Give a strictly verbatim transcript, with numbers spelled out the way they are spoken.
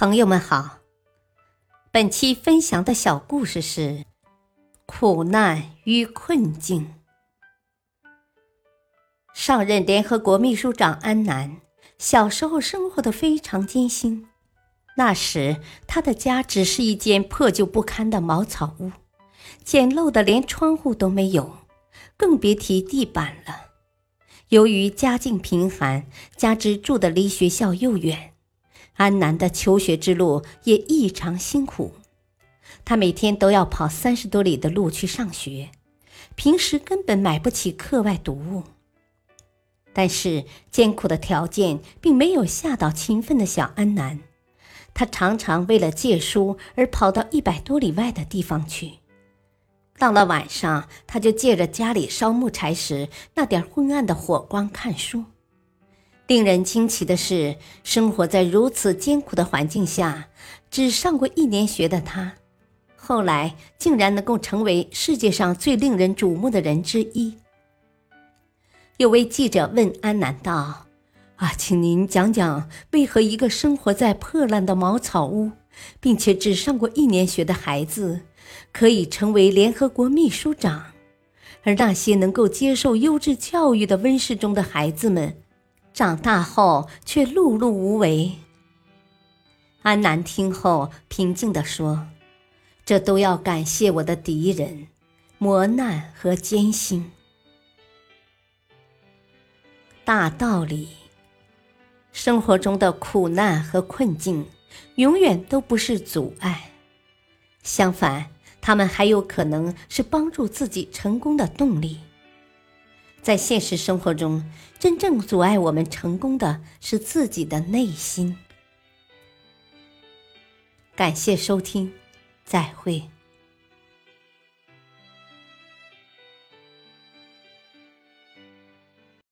朋友们好，本期分享的小故事是苦难与困境。上任联合国秘书长安南小时候生活得非常艰辛。那时他的家只是一间破旧不堪的茅草屋，简陋的连窗户都没有，更别提地板了。由于家境贫寒，加之住的离学校又远，安南的求学之路也异常辛苦。他每天都要跑三十多里的路去上学，平时根本买不起课外读物。但是艰苦的条件并没有吓倒勤奋的小安南，他常常为了借书而跑到一百多里外的地方去。到了晚上，他就借着家里烧木柴时那点昏暗的火光看书。令人惊奇的是，生活在如此艰苦的环境下，只上过一年学的他，后来竟然能够成为世界上最令人瞩目的人之一。有位记者问安南道：啊，请您讲讲，为何一个生活在破烂的茅草屋，并且只上过一年学的孩子，可以成为联合国秘书长，而那些能够接受优质教育的温室中的孩子们，长大后却碌碌无为？安南听后平静地说：这都要感谢我的敌人，磨难和艰辛。大道理，生活中的苦难和困境永远都不是阻碍，相反，他们还有可能是帮助自己成功的动力。在现实生活中，真正阻碍我们成功的是自己的内心。感谢收听，再会。